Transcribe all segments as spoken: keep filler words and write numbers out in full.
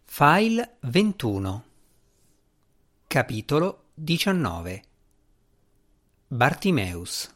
File ventuno. Capitolo diciannove. Bartimeus.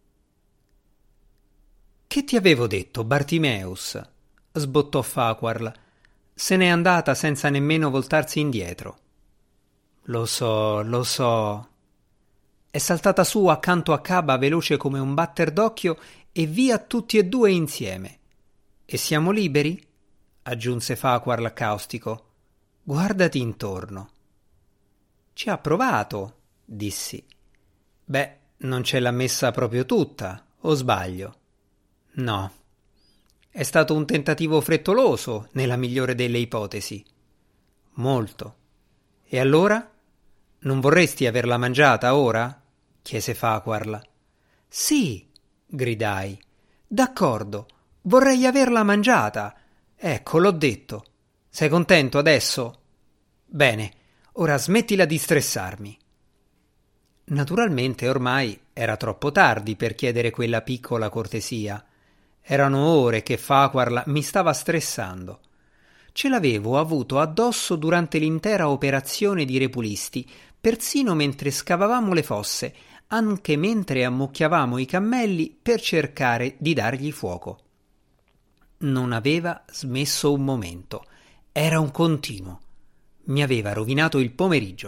Che ti avevo detto, Bartimeus? Sbottò Farquhar. Se n'è andata senza nemmeno voltarsi indietro. Lo so, lo so. È saltata su accanto a Caba veloce come un batter d'occhio e via tutti e due insieme. E siamo liberi? Aggiunse Farquhar caustico. Guardati intorno. Ci ha provato, dissi. Beh, non ce l'ha messa proprio tutta, o sbaglio? No. È stato un tentativo frettoloso, nella migliore delle ipotesi. Molto. E allora? Non vorresti averla mangiata ora? Chiese Farquhar. Sì, gridai. D'accordo, vorrei averla mangiata. Ecco, l'ho detto. Sei contento adesso? Bene, ora smettila di stressarmi. Naturalmente ormai era troppo tardi per chiedere quella piccola cortesia. Erano ore che Farquhar mi stava stressando. Ce l'avevo avuto addosso durante l'intera operazione di Repulisti, persino mentre scavavamo le fosse, anche mentre ammucchiavamo i cammelli per cercare di dargli fuoco. Non aveva smesso un momento. Era un continuo. Mi aveva rovinato il pomeriggio.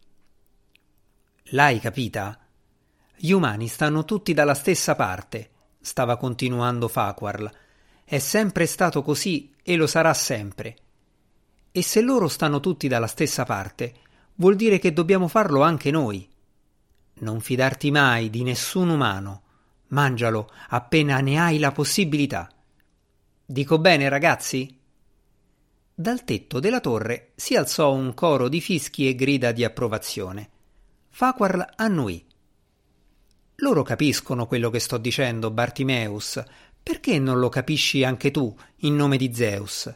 L'hai capita? Gli umani stanno tutti dalla stessa parte, stava continuando Farquhar. È sempre stato così e lo sarà sempre. E se loro stanno tutti dalla stessa parte, vuol dire che dobbiamo farlo anche noi. Non fidarti mai di nessun umano. Mangialo appena ne hai la possibilità. Dico bene, ragazzi? Dal tetto della torre si alzò un coro di fischi e grida di approvazione. Farquhar annuì. Loro capiscono quello che sto dicendo, Bartimeus. Perché non lo capisci anche tu, in nome di Zeus?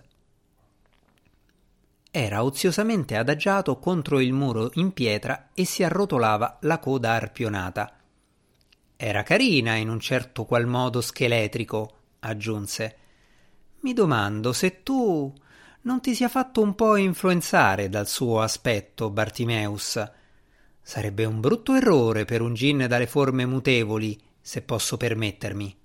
Era oziosamente adagiato contro il muro in pietra e si arrotolava la coda arpionata. Era carina in un certo qual modo scheletrico, aggiunse. Mi domando se tu non ti sia fatto un po' influenzare dal suo aspetto, Bartimeus. Sarebbe un brutto errore per un gin dalle forme mutevoli, se posso permettermi.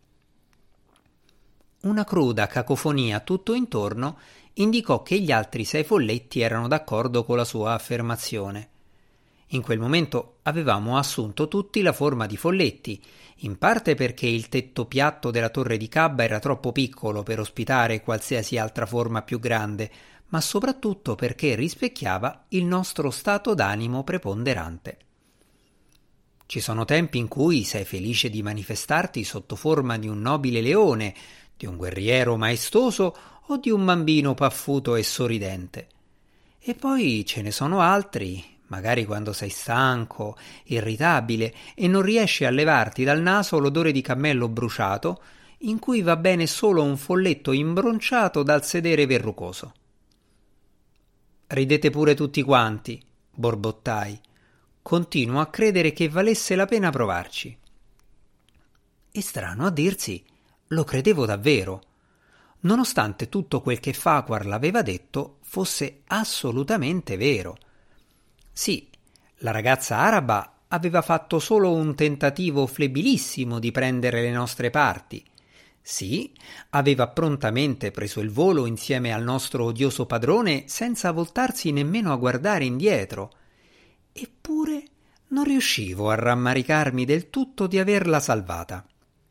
Una cruda cacofonia tutto intorno indicò che gli altri sei folletti erano d'accordo con la sua affermazione. In quel momento avevamo assunto tutti la forma di folletti, in parte perché il tetto piatto della torre di Caba era troppo piccolo per ospitare qualsiasi altra forma più grande, ma soprattutto perché rispecchiava il nostro stato d'animo preponderante. Ci sono tempi in cui sei felice di manifestarti sotto forma di un nobile leone, di un guerriero maestoso o di un bambino paffuto e sorridente. E poi ce ne sono altri, magari quando sei stanco, irritabile e non riesci a levarti dal naso l'odore di cammello bruciato, in cui va bene solo un folletto imbronciato dal sedere verrucoso. Ridete pure tutti quanti, borbottai. Continuo a credere che valesse la pena provarci. E strano a dirsi, lo credevo davvero. Nonostante tutto quel che Farquhar l'aveva detto fosse assolutamente vero. Sì, la ragazza araba aveva fatto solo un tentativo flebilissimo di prendere le nostre parti. Sì, aveva prontamente preso il volo insieme al nostro odioso padrone senza voltarsi nemmeno a guardare indietro. Eppure non riuscivo a rammaricarmi del tutto di averla salvata.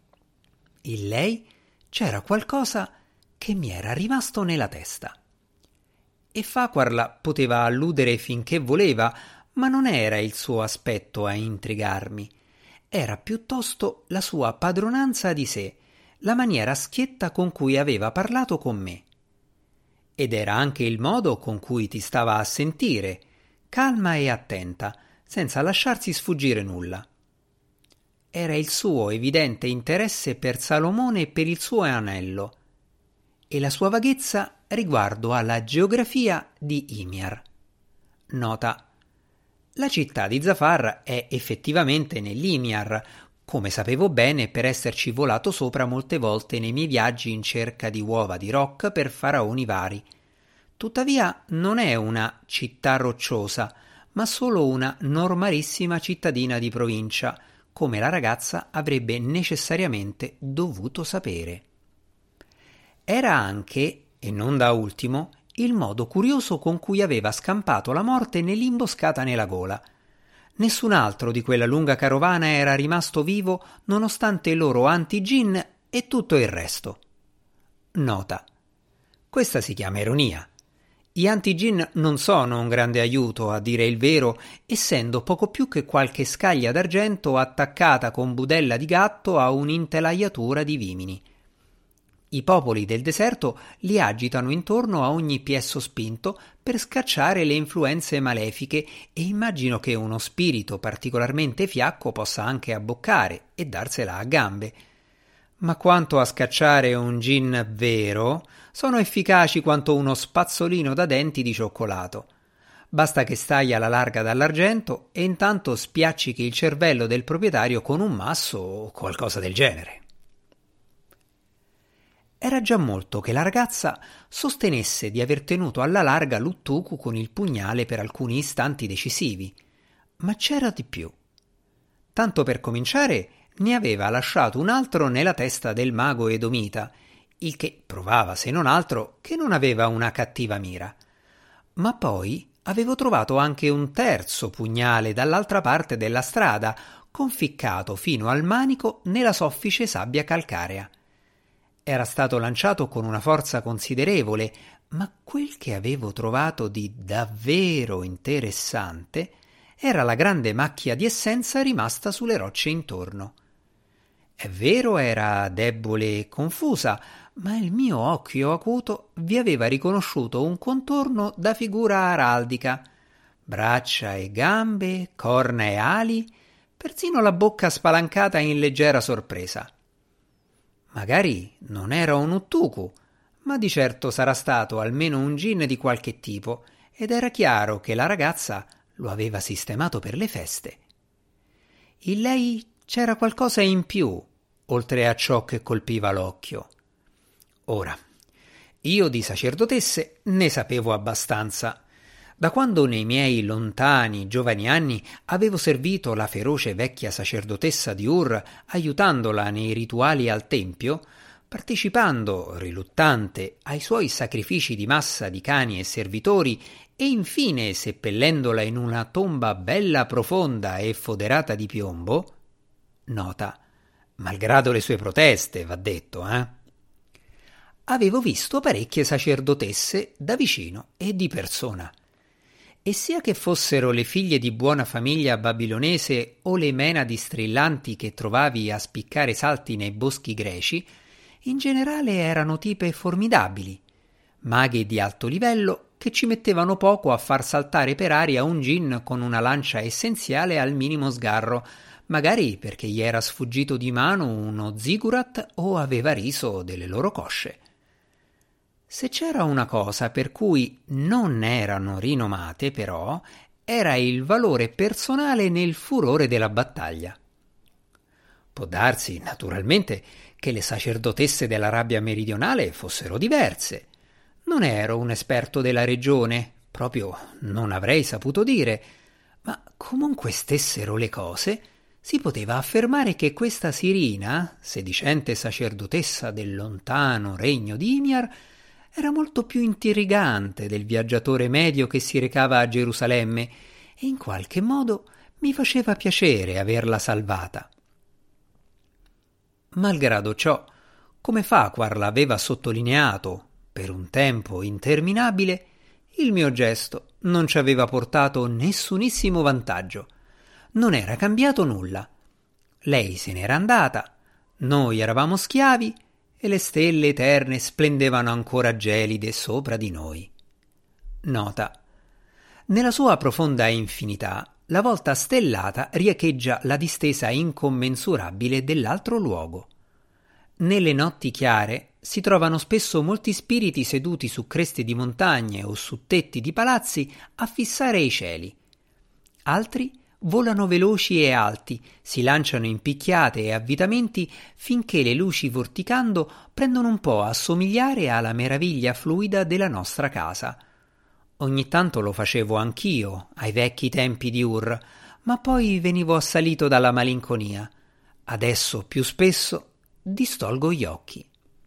In lei c'era qualcosa che mi era rimasto nella testa. E Farquhar poteva alludere finché voleva, ma non era il suo aspetto a intrigarmi. Era piuttosto la sua padronanza di sé, la maniera schietta con cui aveva parlato con me. Ed era anche il modo con cui ti stava a sentire, calma e attenta, senza lasciarsi sfuggire nulla. Era il suo evidente interesse per Salomone e per il suo anello, e la sua vaghezza riguardo alla geografia di Imiar. Nota: la città di Zafar è effettivamente nell'Imiar, come sapevo bene per esserci volato sopra molte volte nei miei viaggi in cerca di uova di roc per faraoni vari. Tuttavia non è una città rocciosa, ma solo una normalissima cittadina di provincia, come la ragazza avrebbe necessariamente dovuto sapere. Era anche, e non da ultimo, il modo curioso con cui aveva scampato la morte nell'imboscata nella gola. Nessun altro di quella lunga carovana era rimasto vivo nonostante i loro anti-gin e tutto il resto. Nota. Questa si chiama ironia. Gli anti-gin non sono un grande aiuto, a dire il vero, essendo poco più che qualche scaglia d'argento attaccata con budella di gatto a un'intelaiatura di vimini. I popoli del deserto li agitano intorno a ogni piè sospinto per scacciare le influenze malefiche e immagino che uno spirito particolarmente fiacco possa anche abboccare e darsela a gambe. Ma quanto a scacciare un gin vero, sono efficaci quanto uno spazzolino da denti di cioccolato. Basta che stai alla larga dall'argento e intanto spiaccichi il cervello del proprietario con un masso o qualcosa del genere. Era già molto che la ragazza sostenesse di aver tenuto alla larga l'Uttuku con il pugnale per alcuni istanti decisivi, ma c'era di più. Tanto per cominciare, ne aveva lasciato un altro nella testa del mago edomita, il che provava, se non altro, che non aveva una cattiva mira. Ma poi avevo trovato anche un terzo pugnale dall'altra parte della strada, conficcato fino al manico nella soffice sabbia calcarea. Era stato lanciato con una forza considerevole, ma quel che avevo trovato di davvero interessante era la grande macchia di essenza rimasta sulle rocce intorno. È vero, era debole e confusa, ma il mio occhio acuto vi aveva riconosciuto un contorno da figura araldica. Braccia e gambe, corna e ali, persino la bocca spalancata in leggera sorpresa. Magari non era un Uttuku, ma di certo sarà stato almeno un gin di qualche tipo, ed era chiaro che la ragazza lo aveva sistemato per le feste. In lei c'era qualcosa in più, oltre a ciò che colpiva l'occhio. Ora, io di sacerdotesse ne sapevo abbastanza. Da quando nei miei lontani giovani anni avevo servito la feroce vecchia sacerdotessa di Ur, aiutandola nei rituali al tempio, partecipando, riluttante, ai suoi sacrifici di massa di cani e servitori e infine seppellendola in una tomba bella profonda e foderata di piombo, nota, malgrado le sue proteste, va detto, eh? Avevo visto parecchie sacerdotesse da vicino e di persona. E sia che fossero le figlie di buona famiglia babilonese o le menadi strillanti che trovavi a spiccare salti nei boschi greci, in generale erano tipe formidabili, maghe di alto livello che ci mettevano poco a far saltare per aria un gin con una lancia essenziale al minimo sgarro, magari perché gli era sfuggito di mano uno zigurat o aveva riso delle loro cosce. Se c'era una cosa per cui non erano rinomate, però, era il valore personale nel furore della battaglia. Può darsi, naturalmente, che le sacerdotesse dell'Arabia meridionale fossero diverse. Non ero un esperto della regione, proprio non avrei saputo dire, ma comunque stessero le cose, si poteva affermare che questa Sirina, sedicente sacerdotessa del lontano regno di Imiar, era molto più intrigante del viaggiatore medio che si recava a Gerusalemme e in qualche modo mi faceva piacere averla salvata. Malgrado ciò, come Farquhar l'aveva sottolineato per un tempo interminabile, il mio gesto non ci aveva portato nessunissimo vantaggio. Non era cambiato nulla. Lei se n'era andata, noi eravamo schiavi e le stelle eterne splendevano ancora gelide sopra di noi. Nota. Nella sua profonda infinità, la volta stellata riecheggia la distesa incommensurabile dell'altro luogo. Nelle notti chiare si trovano spesso molti spiriti seduti su creste di montagne o su tetti di palazzi a fissare i cieli. Altri volano veloci e alti, si lanciano in picchiate e avvitamenti finché le luci vorticando prendono un po' a somigliare alla meraviglia fluida della nostra casa, Ogni tanto lo facevo anch'io, ai vecchi tempi di Ur, ma poi venivo assalito dalla malinconia. Adesso, più spesso, distolgo gli occhi.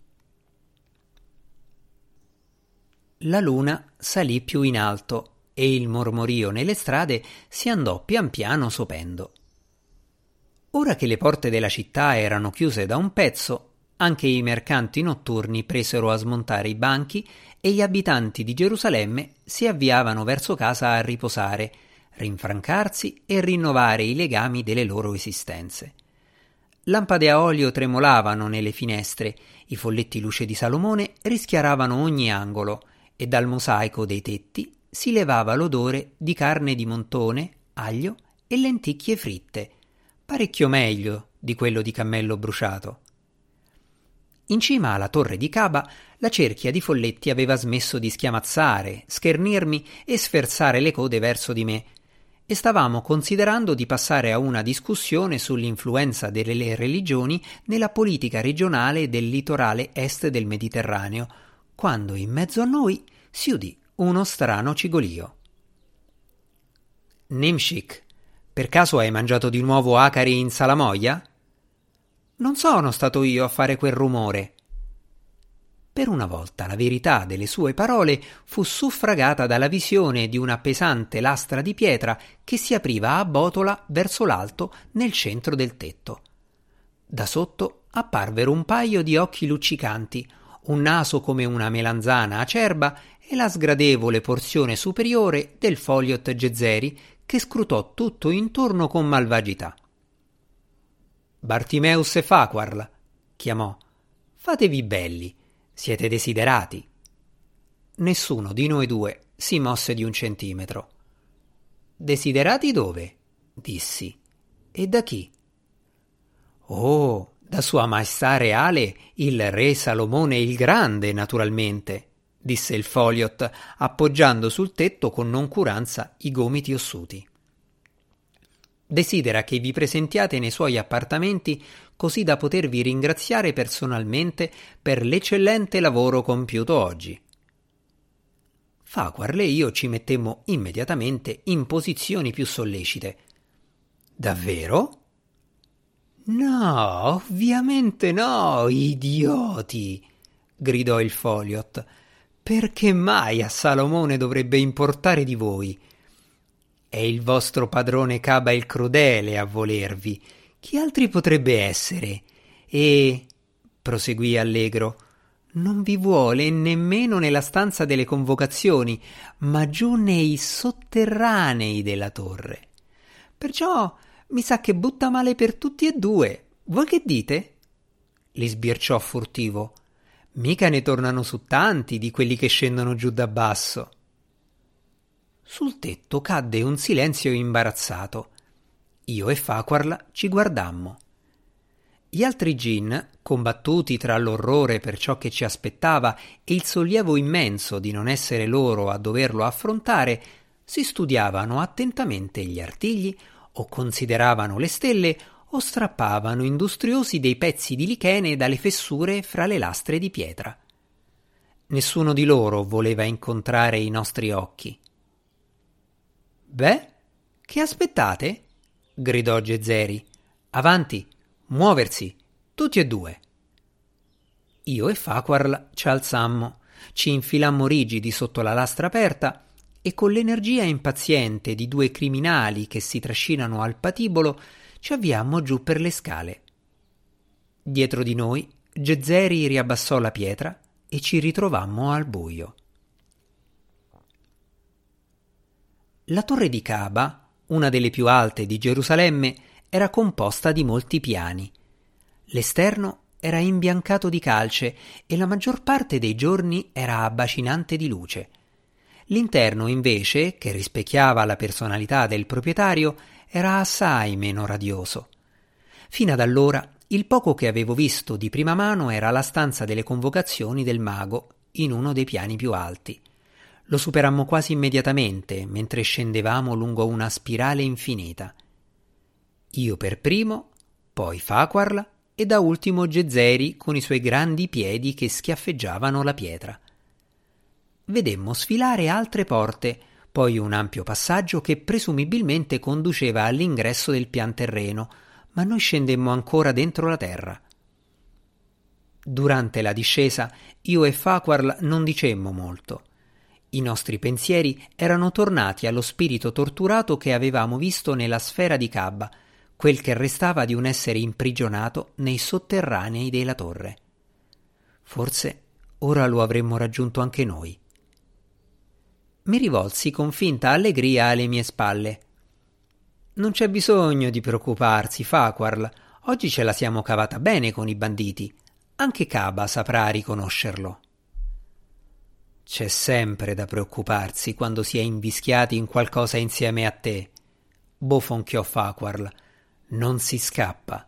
La luna salì più in alto e il mormorio nelle strade si andò pian piano sopendo. Ora che le porte della città erano chiuse da un pezzo, anche i mercanti notturni presero a smontare i banchi e gli abitanti di Gerusalemme si avviavano verso casa a riposare, rinfrancarsi e rinnovare i legami delle loro esistenze. Lampade a olio tremolavano nelle finestre, i folletti luce di Salomone rischiaravano ogni angolo e dal mosaico dei tetti si levava l'odore di carne di montone, aglio e lenticchie fritte, parecchio meglio di quello di cammello bruciato. In cima alla torre di Caba la cerchia di folletti aveva smesso di schiamazzare, schernirmi e sferzare le code verso di me, e stavamo considerando di passare a una discussione sull'influenza delle religioni nella politica regionale del litorale est del Mediterraneo, quando in mezzo a noi si udì uno strano cigolio. Nimshik, per caso hai mangiato di nuovo acari in salamoia? Non sono stato io a fare quel rumore. Per una volta la verità delle sue parole fu suffragata dalla visione di una pesante lastra di pietra che si apriva a botola verso l'alto nel centro del tetto. Da sotto apparvero un paio di occhi luccicanti, un naso come una melanzana acerba e la sgradevole porzione superiore del Foliot Gezzeri che scrutò tutto intorno con malvagità. Bartimeus e Farquhar, chiamò, fatevi belli, siete desiderati. Nessuno di noi due si mosse di un centimetro. Desiderati dove? Dissi. E da chi? Oh, da Sua Maestà Reale, il Re Salomone il Grande, naturalmente, disse il Foliot, appoggiando sul tetto con noncuranza i gomiti ossuti. Desidera che vi presentiate nei suoi appartamenti così da potervi ringraziare personalmente per l'eccellente lavoro compiuto oggi. Farquhar e io ci mettemmo immediatamente in posizioni più sollecite. Davvero? No, ovviamente no, idioti, gridò il Foliot. Perché mai a Salomone dovrebbe importare di voi? È il vostro padrone Caba il Crudele a volervi. Chi altri potrebbe essere? E, proseguì allegro, non vi vuole nemmeno nella stanza delle convocazioni, ma giù nei sotterranei della torre. Perciò mi sa che butta male per tutti e due. Voi che dite? Li sbirciò furtivo. Mica ne tornano su tanti di quelli che scendono giù da basso. Sul tetto cadde un silenzio imbarazzato. Io e Farquhar ci guardammo. Gli altri gin, combattuti tra l'orrore per ciò che ci aspettava e il sollievo immenso di non essere loro a doverlo affrontare, si studiavano attentamente gli artigli, o consideravano le stelle, o strappavano industriosi dei pezzi di lichene dalle fessure fra le lastre di pietra. Nessuno di loro voleva incontrare i nostri occhi. Beh, che aspettate? Gridò Gezzeri. Avanti, muoversi, tutti e due. Io e Farquhar ci alzammo, ci infilammo rigidi sotto la lastra aperta e con l'energia impaziente di due criminali che si trascinano al patibolo ci avviammo giù per le scale. Dietro di noi Gezzeri riabbassò la pietra e ci ritrovammo al buio. La torre di Caba, una delle più alte di Gerusalemme, era composta di molti piani. L'esterno era imbiancato di calce e la maggior parte dei giorni era abbacinante di luce. L'interno, invece, che rispecchiava la personalità del proprietario, era assai meno radioso. Fino ad allora, il poco che avevo visto di prima mano era la stanza delle convocazioni del mago in uno dei piani più alti. Lo superammo quasi immediatamente mentre scendevamo lungo una spirale infinita. Io per primo, poi Farquhar e da ultimo Gezzeri con i suoi grandi piedi che schiaffeggiavano la pietra. vedemmo sfilare altre porte, poi un ampio passaggio che presumibilmente conduceva all'ingresso del pian terreno, ma noi scendemmo ancora dentro la terra. Durante la discesa io e Farquhar non dicemmo molto. I nostri pensieri erano tornati allo spirito torturato che avevamo visto nella sfera di Caba, quel che restava di un essere imprigionato nei sotterranei della torre. Forse ora lo avremmo raggiunto anche noi. Mi rivolsi con finta allegria alle mie spalle. Non c'è bisogno di preoccuparsi, Farquhar. Oggi ce la siamo cavata bene con i banditi. Anche Caba saprà riconoscerlo. C'è sempre da preoccuparsi quando si è invischiati in qualcosa insieme a te, bofonchiò Farquhar. Non si scappa.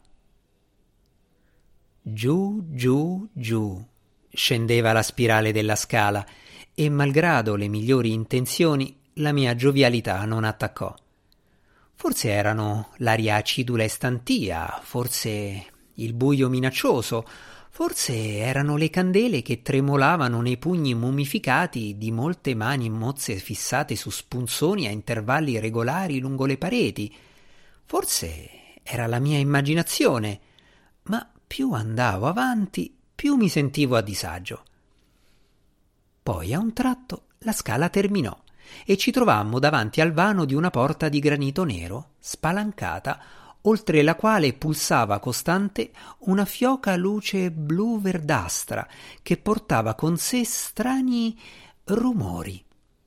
Giù, giù, giù scendeva la spirale della scala e, malgrado le migliori intenzioni, la mia giovialità non attaccò. Forse erano l'aria acidula e stantia, forse il buio minaccioso, forse erano le candele che tremolavano nei pugni mummificati di molte mani mozze fissate su spunzoni a intervalli regolari lungo le pareti. Forse era la mia immaginazione, ma più andavo avanti, più mi sentivo a disagio. Poi a un tratto la scala terminò e ci trovammo davanti al vano di una porta di granito nero, spalancata, oltre la quale pulsava costante una fioca luce blu-verdastra che portava con sé strani rumori.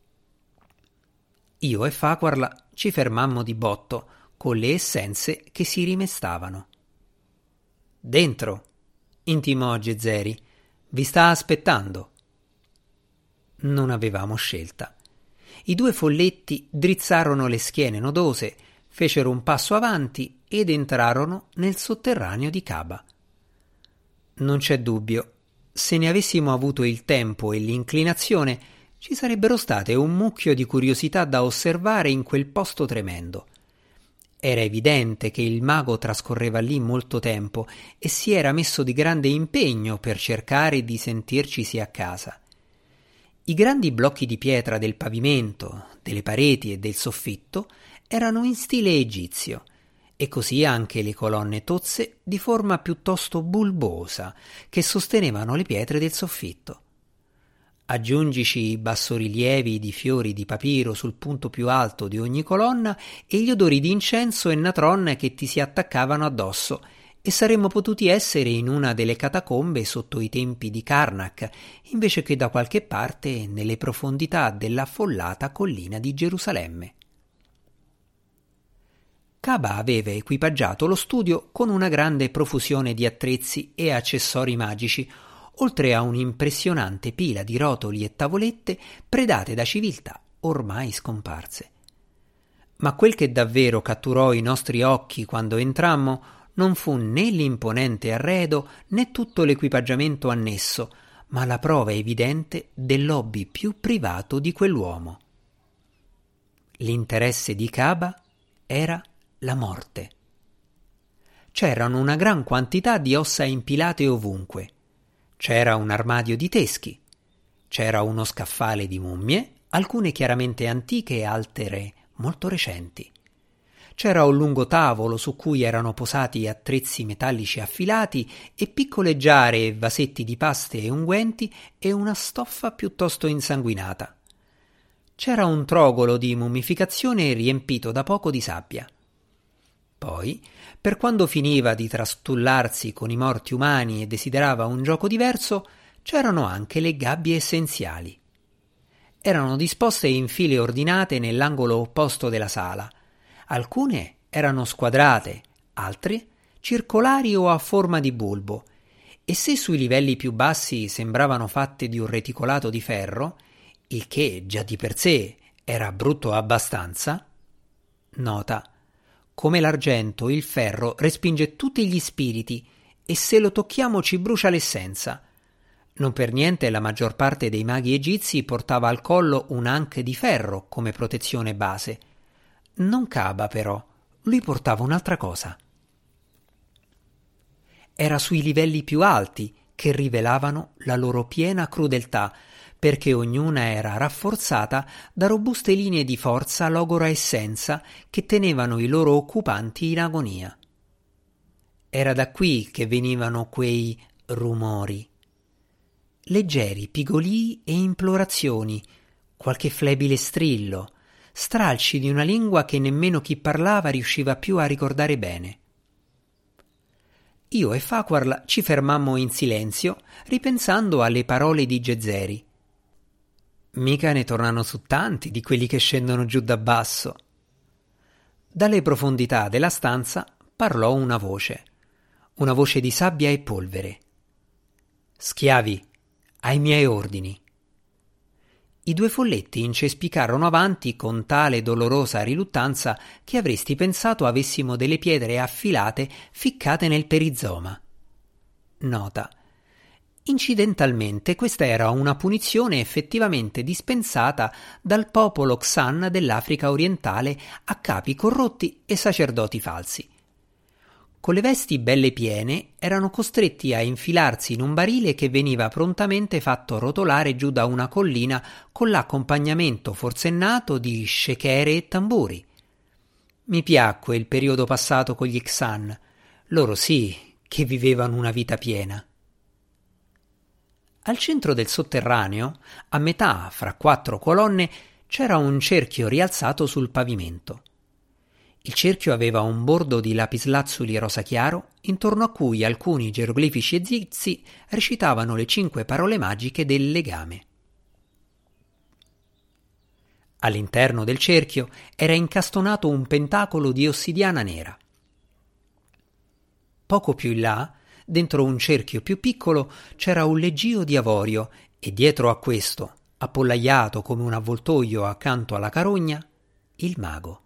Io e Farquhar ci fermammo di botto, con le essenze che si rimestavano. «Dentro», intimò Gezzeri, «vi sta aspettando». Non avevamo scelta. I due folletti drizzarono le schiene nodose, fecero un passo avanti ed entrarono nel sotterraneo di Caba. Non c'è dubbio, se ne avessimo avuto il tempo e l'inclinazione, ci sarebbero state un mucchio di curiosità da osservare in quel posto tremendo. Era evidente che il mago trascorreva lì molto tempo e si era messo di grande impegno per cercare di sentircisi a casa. I grandi blocchi di pietra del pavimento, delle pareti e del soffitto erano in stile egizio, e così anche le colonne tozze di forma piuttosto bulbosa che sostenevano le pietre del soffitto. Aggiungici i bassorilievi di fiori di papiro sul punto più alto di ogni colonna e gli odori di incenso e natron che ti si attaccavano addosso, e saremmo potuti essere in una delle catacombe sotto i tempi di Karnak, invece che da qualche parte nelle profondità dell'affollata collina di Gerusalemme. Caba aveva equipaggiato lo studio con una grande profusione di attrezzi e accessori magici, oltre a un'impressionante pila di rotoli e tavolette predate da civiltà ormai scomparse. Ma quel che davvero catturò i nostri occhi quando entrammo non fu né l'imponente arredo né tutto l'equipaggiamento annesso, ma la prova evidente dell'hobby più privato di quell'uomo. L'interesse di Caba era la morte. C'erano una gran quantità di ossa impilate ovunque. C'era un armadio di teschi, c'era uno scaffale di mummie, alcune chiaramente antiche e altre molto recenti. C'era un lungo tavolo su cui erano posati attrezzi metallici affilati e piccole giare e vasetti di paste e unguenti e una stoffa piuttosto insanguinata. C'era un trogolo di mummificazione riempito da poco di sabbia. Poi, per quando finiva di trastullarsi con i morti umani e desiderava un gioco diverso, c'erano anche le gabbie essenziali. Erano disposte in file ordinate nell'angolo opposto della sala. Alcune erano squadrate, altre circolari o a forma di bulbo, e se sui livelli più bassi sembravano fatte di un reticolato di ferro, il che già di per sé era brutto abbastanza, nota, come l'argento il ferro respinge tutti gli spiriti e se lo tocchiamo ci brucia l'essenza. Non per niente la maggior parte dei maghi egizi portava al collo un'anche di ferro come protezione base. Non Caba però, lui portava un'altra cosa. Era sui livelli più alti che rivelavano la loro piena crudeltà, perché ognuna era rafforzata da robuste linee di forza logora essenza che tenevano i loro occupanti in agonia. Era da qui che venivano quei rumori. Leggeri pigolii e implorazioni, qualche flebile strillo, stralci di una lingua che nemmeno chi parlava riusciva più a ricordare bene. Io e Farquhar ci fermammo in silenzio, ripensando alle parole di Gezzeri. Mica ne tornano su tanti di quelli che scendono giù da basso. Dalle profondità della stanza parlò una voce, una voce di sabbia e polvere. Schiavi, ai miei ordini. I due folletti incespicarono avanti con tale dolorosa riluttanza che avresti pensato avessimo delle pietre affilate ficcate nel perizoma. Nota. Incidentalmente questa era una punizione effettivamente dispensata dal popolo Xan dell'Africa orientale a capi corrotti e sacerdoti falsi. Con le vesti belle piene erano costretti a infilarsi in un barile che veniva prontamente fatto rotolare giù da una collina con l'accompagnamento forsennato di shekere e tamburi. Mi piacque il periodo passato con gli Xan, loro sì che vivevano una vita piena. Al centro del sotterraneo, a metà fra quattro colonne, c'era un cerchio rialzato sul pavimento. Il cerchio aveva un bordo di lapislazzuli rosa chiaro, intorno a cui alcuni geroglifici egizi recitavano le cinque parole magiche del legame. All'interno del cerchio era incastonato un pentacolo di ossidiana nera. Poco più in là, dentro un cerchio più piccolo, c'era un leggio di avorio e dietro a questo, appollaiato come un avvoltoio accanto alla carogna, il mago.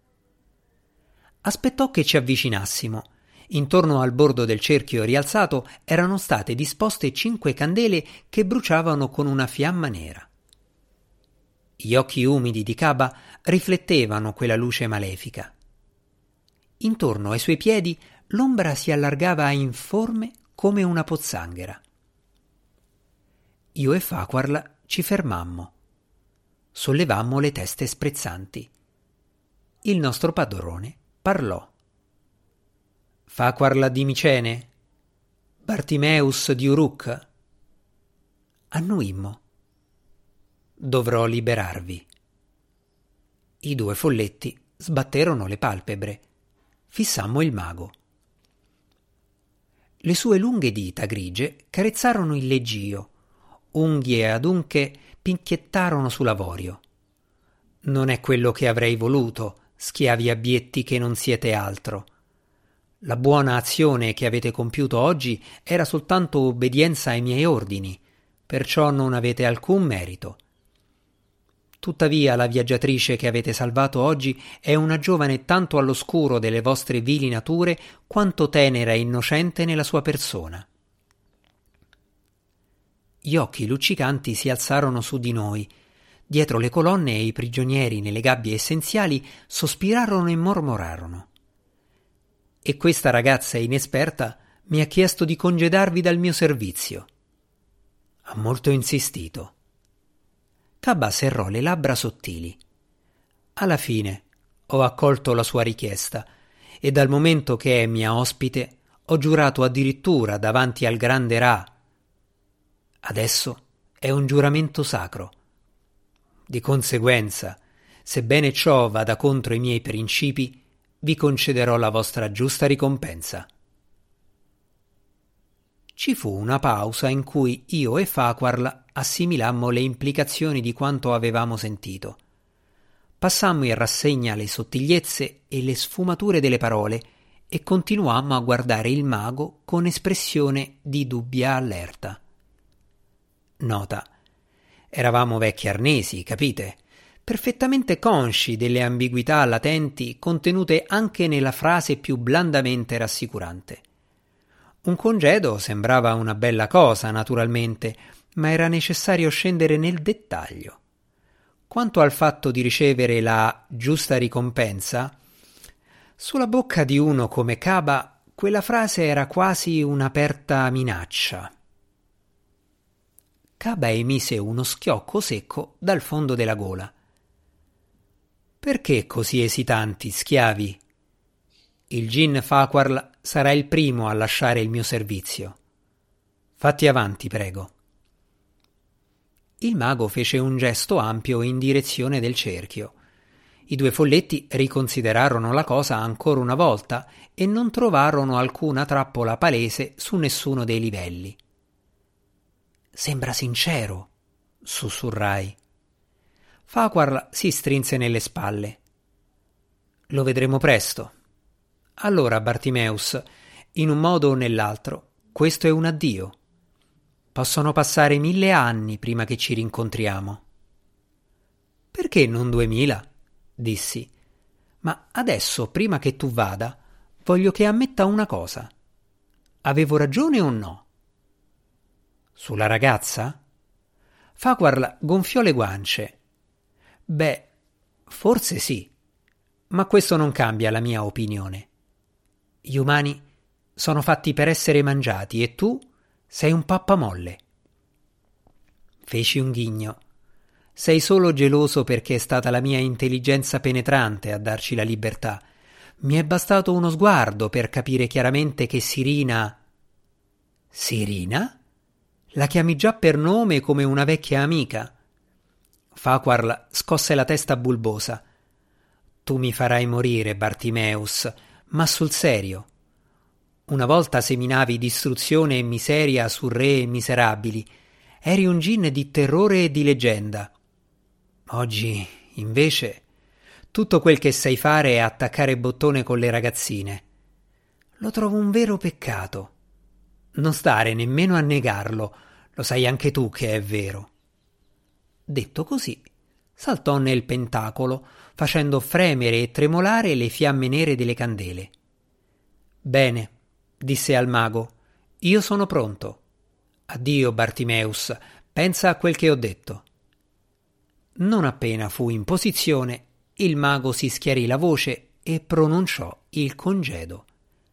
Aspettò che ci avvicinassimo. Intorno al bordo del cerchio rialzato erano state disposte cinque candele che bruciavano con una fiamma nera. Gli occhi umidi di Kaba riflettevano quella luce malefica. Intorno ai suoi piedi l'ombra si allargava informe come una pozzanghera. Io e Farquhar ci fermammo. Sollevammo le teste sprezzanti. Il nostro padrone parlò. Farquhar di Micene? Bartimeus di Uruk? Annuimmo. Dovrò liberarvi. I due folletti sbatterono le palpebre. Fissammo il mago. Le sue lunghe dita grigie carezzarono il leggio, unghie adunche pinchiettarono sull'avorio. Non è quello che avrei voluto, schiavi abietti che non siete altro. La buona azione che avete compiuto oggi era soltanto obbedienza ai miei ordini, perciò non avete alcun merito. Tuttavia la viaggiatrice che avete salvato oggi è una giovane tanto all'oscuro delle vostre vili nature quanto tenera e innocente nella sua persona. Gli occhi luccicanti si alzarono su di noi. Dietro le colonne e i prigionieri nelle gabbie essenziali sospirarono e mormorarono. E questa ragazza inesperta mi ha chiesto di congedarvi dal mio servizio. Ha molto insistito. Kaba serrò le labbra sottili. Alla fine ho accolto la sua richiesta e dal momento che è mia ospite ho giurato addirittura davanti al grande Ra. Adesso è un giuramento sacro. Di conseguenza, sebbene ciò vada contro i miei principi, vi concederò la vostra giusta ricompensa. Ci fu una pausa in cui io e Farquhar assimilammo le implicazioni di quanto avevamo sentito. Passammo in rassegna le sottigliezze e le sfumature delle parole e continuammo a guardare il mago con espressione di dubbia allerta. Nota. Eravamo vecchi arnesi, capite? Perfettamente consci delle ambiguità latenti contenute anche nella frase più blandamente rassicurante. Un congedo sembrava una bella cosa, naturalmente, ma era necessario scendere nel dettaglio. Quanto al fatto di ricevere la giusta ricompensa, sulla bocca di uno come Kaba quella frase era quasi un'aperta minaccia. Caba emise uno schiocco secco dal fondo della gola. Perché così esitanti, schiavi? Il gin Farquhar sarà il primo a lasciare il mio servizio. Fatti avanti, prego. Il mago fece un gesto ampio in direzione del cerchio. I due folletti riconsiderarono la cosa ancora una volta e non trovarono alcuna trappola palese su nessuno dei livelli. Sembra sincero, sussurrai. Farquhar si strinse nelle spalle. Lo vedremo presto. Allora, Bartimeus, in un modo o nell'altro, questo è un addio. Possono passare mille anni prima che ci rincontriamo. Perché non duemila? Dissi. Ma adesso, prima che tu vada, voglio che ammetta una cosa. Avevo ragione o no? Sulla ragazza? Farquhar gonfiò le guance. Beh, forse sì, ma questo non cambia la mia opinione. Gli umani sono fatti per essere mangiati e tu sei un pappamolle. Feci un ghigno. Sei solo geloso perché è stata la mia intelligenza penetrante a darci la libertà. Mi è bastato uno sguardo per capire chiaramente che Sirina... Sirina? La chiami già per nome come una vecchia amica? Farquhar scosse la testa bulbosa. Tu mi farai morire, Bartimeus, ma sul serio. Una volta seminavi distruzione e miseria su re e miserabili. Eri un gin di terrore e di leggenda. Oggi, invece, tutto quel che sai fare è attaccare bottone con le ragazzine. Lo trovo un vero peccato. Non stare nemmeno a negarlo, lo sai anche tu che è vero. Detto così, saltò nel pentacolo, facendo fremere e tremolare le fiamme nere delle candele. Bene, disse al mago, io sono pronto. Addio, Bartimeus, pensa a quel che ho detto. Non appena fu in posizione, il mago si schiarì la voce e pronunciò il congedo.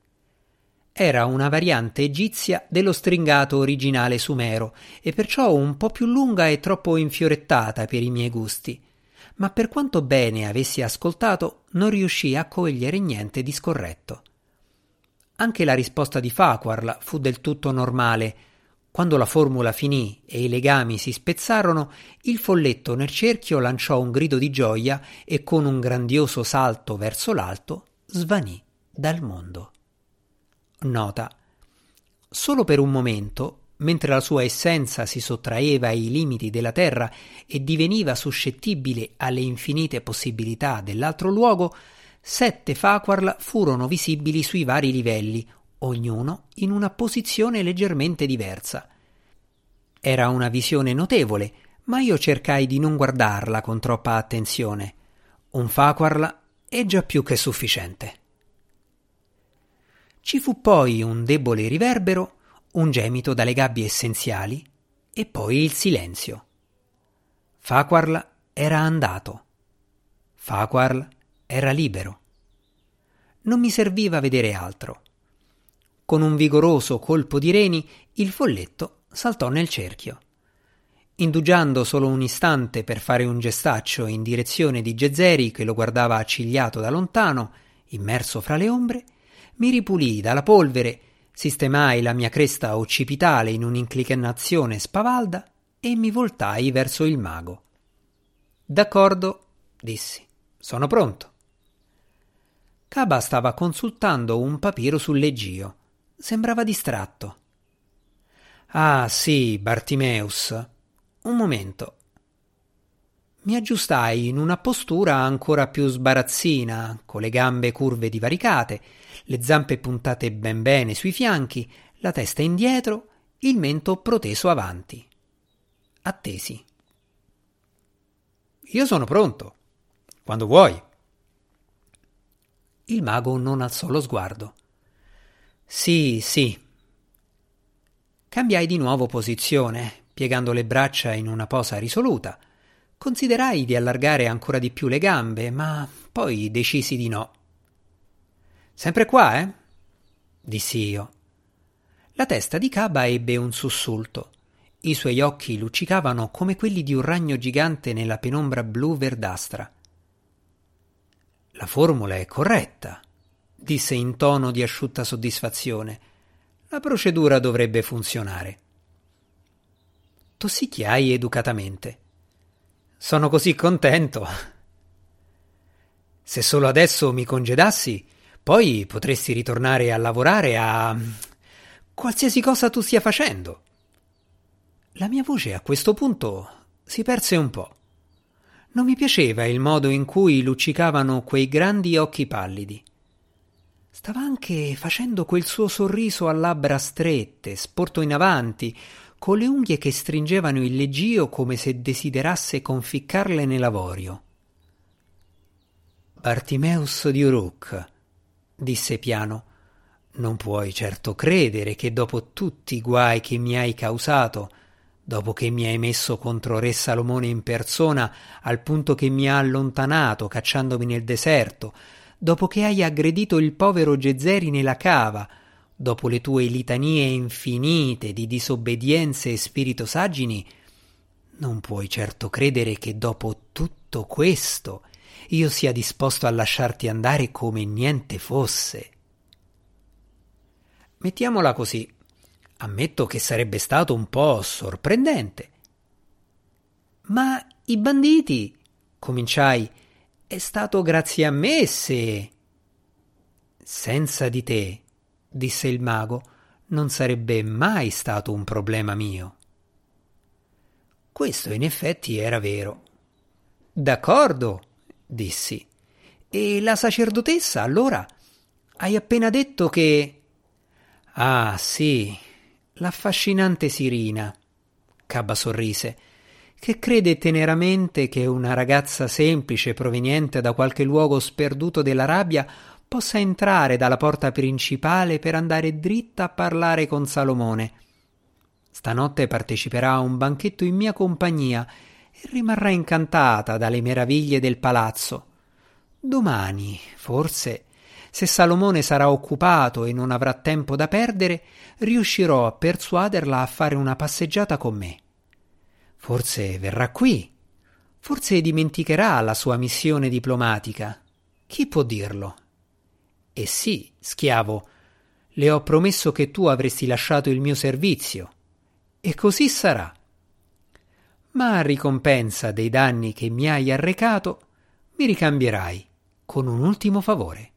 Era una variante egizia dello stringato originale sumero e perciò un po' più lunga e troppo infiorettata per i miei gusti, ma per quanto bene avessi ascoltato non riuscii a cogliere niente di scorretto. Anche la risposta di Farquhar fu del tutto normale. Quando la formula finì e i legami si spezzarono, il folletto nel cerchio lanciò un grido di gioia e con un grandioso salto verso l'alto svanì dal mondo. Nota. Solo per un momento, mentre la sua essenza si sottraeva ai limiti della terra e diveniva suscettibile alle infinite possibilità dell'altro luogo, sette Farquhar furono visibili sui vari livelli, ognuno in una posizione leggermente diversa. Era una visione notevole, ma io cercai di non guardarla con troppa attenzione. Un Farquhar è già più che sufficiente. Ci fu poi un debole riverbero, un gemito dalle gabbie essenziali e poi il silenzio. Farquhar era andato. Farquhar era libero. Non mi serviva vedere altro. Con un vigoroso colpo di reni, il folletto saltò nel cerchio. Indugiando solo un istante per fare un gestaccio in direzione di Gezzeri che lo guardava accigliato da lontano, immerso fra le ombre, mi ripulii dalla polvere, sistemai la mia cresta occipitale in un'inclinazione spavalda e mi voltai verso il mago. D'accordo, dissi, sono pronto. Caba stava consultando un papiro sul leggio. Sembrava distratto. Ah, sì, Bartimeus. Un momento. Mi aggiustai in una postura ancora più sbarazzina, con le gambe curve divaricate, le zampe puntate ben bene sui fianchi, la testa indietro, il mento proteso avanti. Attesi. Io sono pronto. Quando vuoi. Il mago non alzò lo sguardo. Sì, sì. Cambiai di nuovo posizione, piegando le braccia in una posa risoluta. Considerai di allargare ancora di più le gambe, ma poi decisi di no. Sempre qua, eh? Dissi io. La testa di Caba ebbe un sussulto. I suoi occhi luccicavano come quelli di un ragno gigante nella penombra blu verdastra. La formula è corretta, disse in tono di asciutta soddisfazione. La procedura dovrebbe funzionare. Tossicchiai educatamente. Sono così contento. Se solo adesso mi congedassi, poi potresti ritornare a lavorare a qualsiasi cosa tu stia facendo. La mia voce a questo punto si perse un po'. Non mi piaceva il modo in cui luccicavano quei grandi occhi pallidi. Stava anche facendo quel suo sorriso a labbra strette, sporto in avanti, con le unghie che stringevano il leggio come se desiderasse conficcarle nell'avorio. Bartimeus di Uruk, disse piano, non puoi certo credere che dopo tutti i guai che mi hai causato, dopo che mi hai messo contro Re Salomone in persona al punto che mi ha allontanato cacciandomi nel deserto, dopo che hai aggredito il povero Gezeri nella cava, dopo le tue litanie infinite di disobbedienze e spiritosaggini, non puoi certo credere che dopo tutto questo io sia disposto a lasciarti andare come niente fosse. Mettiamola così. Ammetto che sarebbe stato un po' sorprendente. Ma i banditi, cominciai, è stato grazie a me se... Senza di te, disse il mago, non sarebbe mai stato un problema mio. Questo in effetti era vero. D'accordo, dissi. E la sacerdotessa, allora? Hai appena detto che... Ah, sì... L'affascinante Sirina, Caba sorrise, che crede teneramente che una ragazza semplice proveniente da qualche luogo sperduto dell'Arabia possa entrare dalla porta principale per andare dritta a parlare con Salomone. Stanotte parteciperà a un banchetto in mia compagnia e rimarrà incantata dalle meraviglie del palazzo. Domani, forse, se Salomone sarà occupato e non avrà tempo da perdere, riuscirò a persuaderla a fare una passeggiata con me. Forse verrà qui, forse dimenticherà la sua missione diplomatica. Chi può dirlo? E sì, schiavo, le ho promesso che tu avresti lasciato il mio servizio, e così sarà. Ma a ricompensa dei danni che mi hai arrecato, mi ricambierai con un ultimo favore.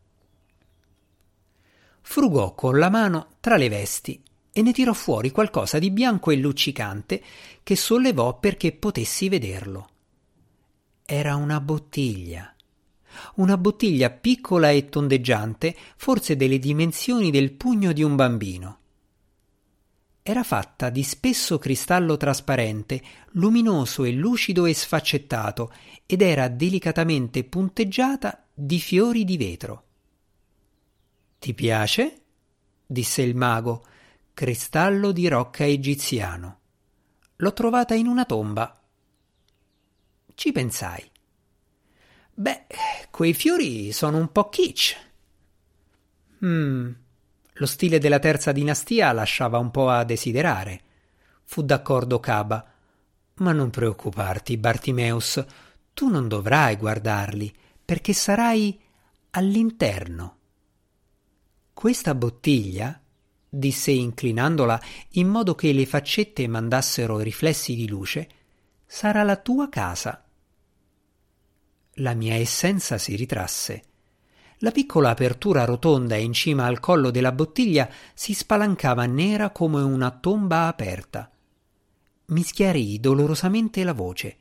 Frugò con la mano tra le vesti e ne tirò fuori qualcosa di bianco e luccicante che sollevò perché potessi vederlo. Era una bottiglia. Una bottiglia piccola e tondeggiante, forse delle dimensioni del pugno di un bambino. Era fatta di spesso cristallo trasparente, luminoso e lucido e sfaccettato, ed era delicatamente punteggiata di fiori di vetro. Ti piace? Disse il mago. Cristallo di rocca egiziano. L'ho trovata in una tomba. Ci pensai. Beh, quei fiori sono un po' kitsch. Mm, lo stile della terza dinastia lasciava un po' a desiderare. Fu d'accordo Caba. Ma non preoccuparti, Bartimeus, tu non dovrai guardarli, perché sarai all'interno. Questa bottiglia, disse inclinandola in modo che le faccette mandassero riflessi di luce, sarà la tua casa. La mia essenza si ritrasse. La piccola apertura rotonda in cima al collo della bottiglia si spalancava nera come una tomba aperta. Mi schiarì dolorosamente la voce.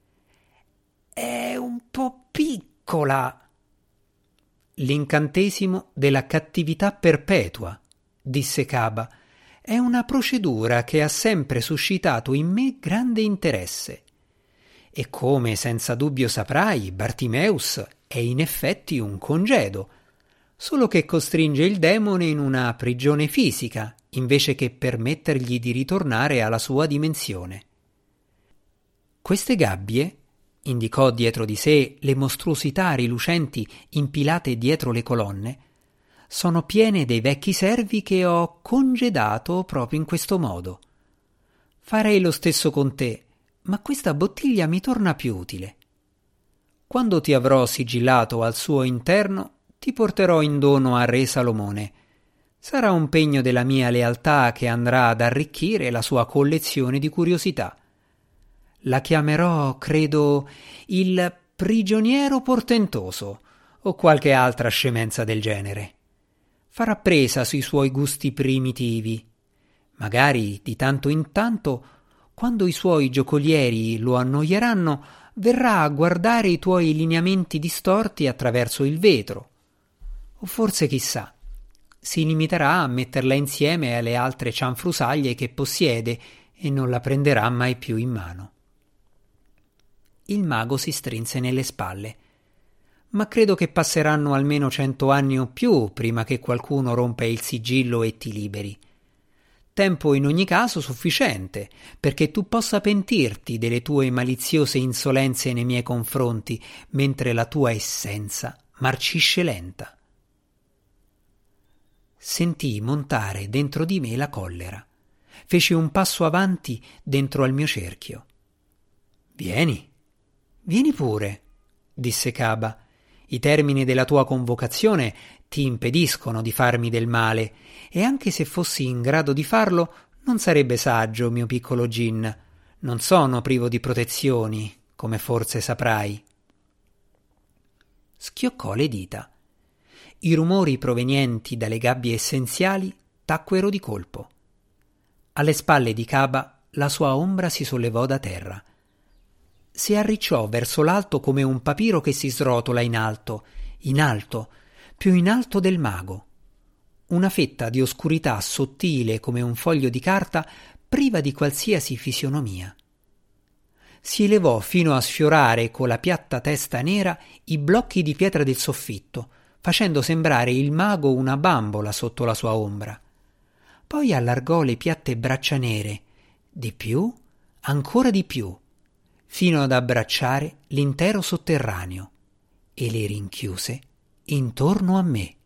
È un po' piccola. L'incantesimo della cattività perpetua, disse Caba, è una procedura che ha sempre suscitato in me grande interesse. E come senza dubbio saprai, Bartimeus è in effetti un congedo, solo che costringe il demone in una prigione fisica, invece che permettergli di ritornare alla sua dimensione. Queste gabbie, indicò dietro di sé le mostruosità rilucenti impilate dietro le colonne, sono piene dei vecchi servi che ho congedato proprio in questo modo. Farei lo stesso con te, ma questa bottiglia mi torna più utile. Quando ti avrò sigillato al suo interno, ti porterò in dono a re Salomone. Sarà un pegno della mia lealtà che andrà ad arricchire la sua collezione di curiosità. La chiamerò, credo, il prigioniero portentoso o qualche altra scemenza del genere. Farà presa sui suoi gusti primitivi. Magari di tanto in tanto, quando i suoi giocolieri lo annoieranno, verrà a guardare i tuoi lineamenti distorti attraverso il vetro. O forse, chissà, si limiterà a metterla insieme alle altre cianfrusaglie che possiede e non la prenderà mai più in mano. Il mago si strinse nelle spalle. Ma credo che passeranno almeno cento anni o più prima che qualcuno rompa il sigillo e ti liberi. Tempo in ogni caso sufficiente perché tu possa pentirti delle tue maliziose insolenze nei miei confronti, mentre la tua essenza marcisce lenta. Sentii montare dentro di me la collera. Feci un passo avanti dentro al mio cerchio. Vieni, vieni pure, disse Caba. I termini della tua convocazione ti impediscono di farmi del male, e anche se fossi in grado di farlo, non sarebbe saggio, mio piccolo gin. Non sono privo di protezioni, come forse saprai. Schioccò le dita. I rumori provenienti dalle gabbie essenziali tacquero di colpo. Alle spalle di Caba la sua ombra si sollevò da terra. Si arricciò verso l'alto come un papiro che si srotola in alto, in alto, più in alto del mago. Una fetta di oscurità sottile come un foglio di carta, priva di qualsiasi fisionomia. Si elevò fino a sfiorare con la piatta testa nera i blocchi di pietra del soffitto, facendo sembrare il mago una bambola sotto la sua ombra. Poi allargò le piatte braccia nere, di più, ancora di più, fino ad abbracciare l'intero sotterraneo, e le rinchiuse intorno a me.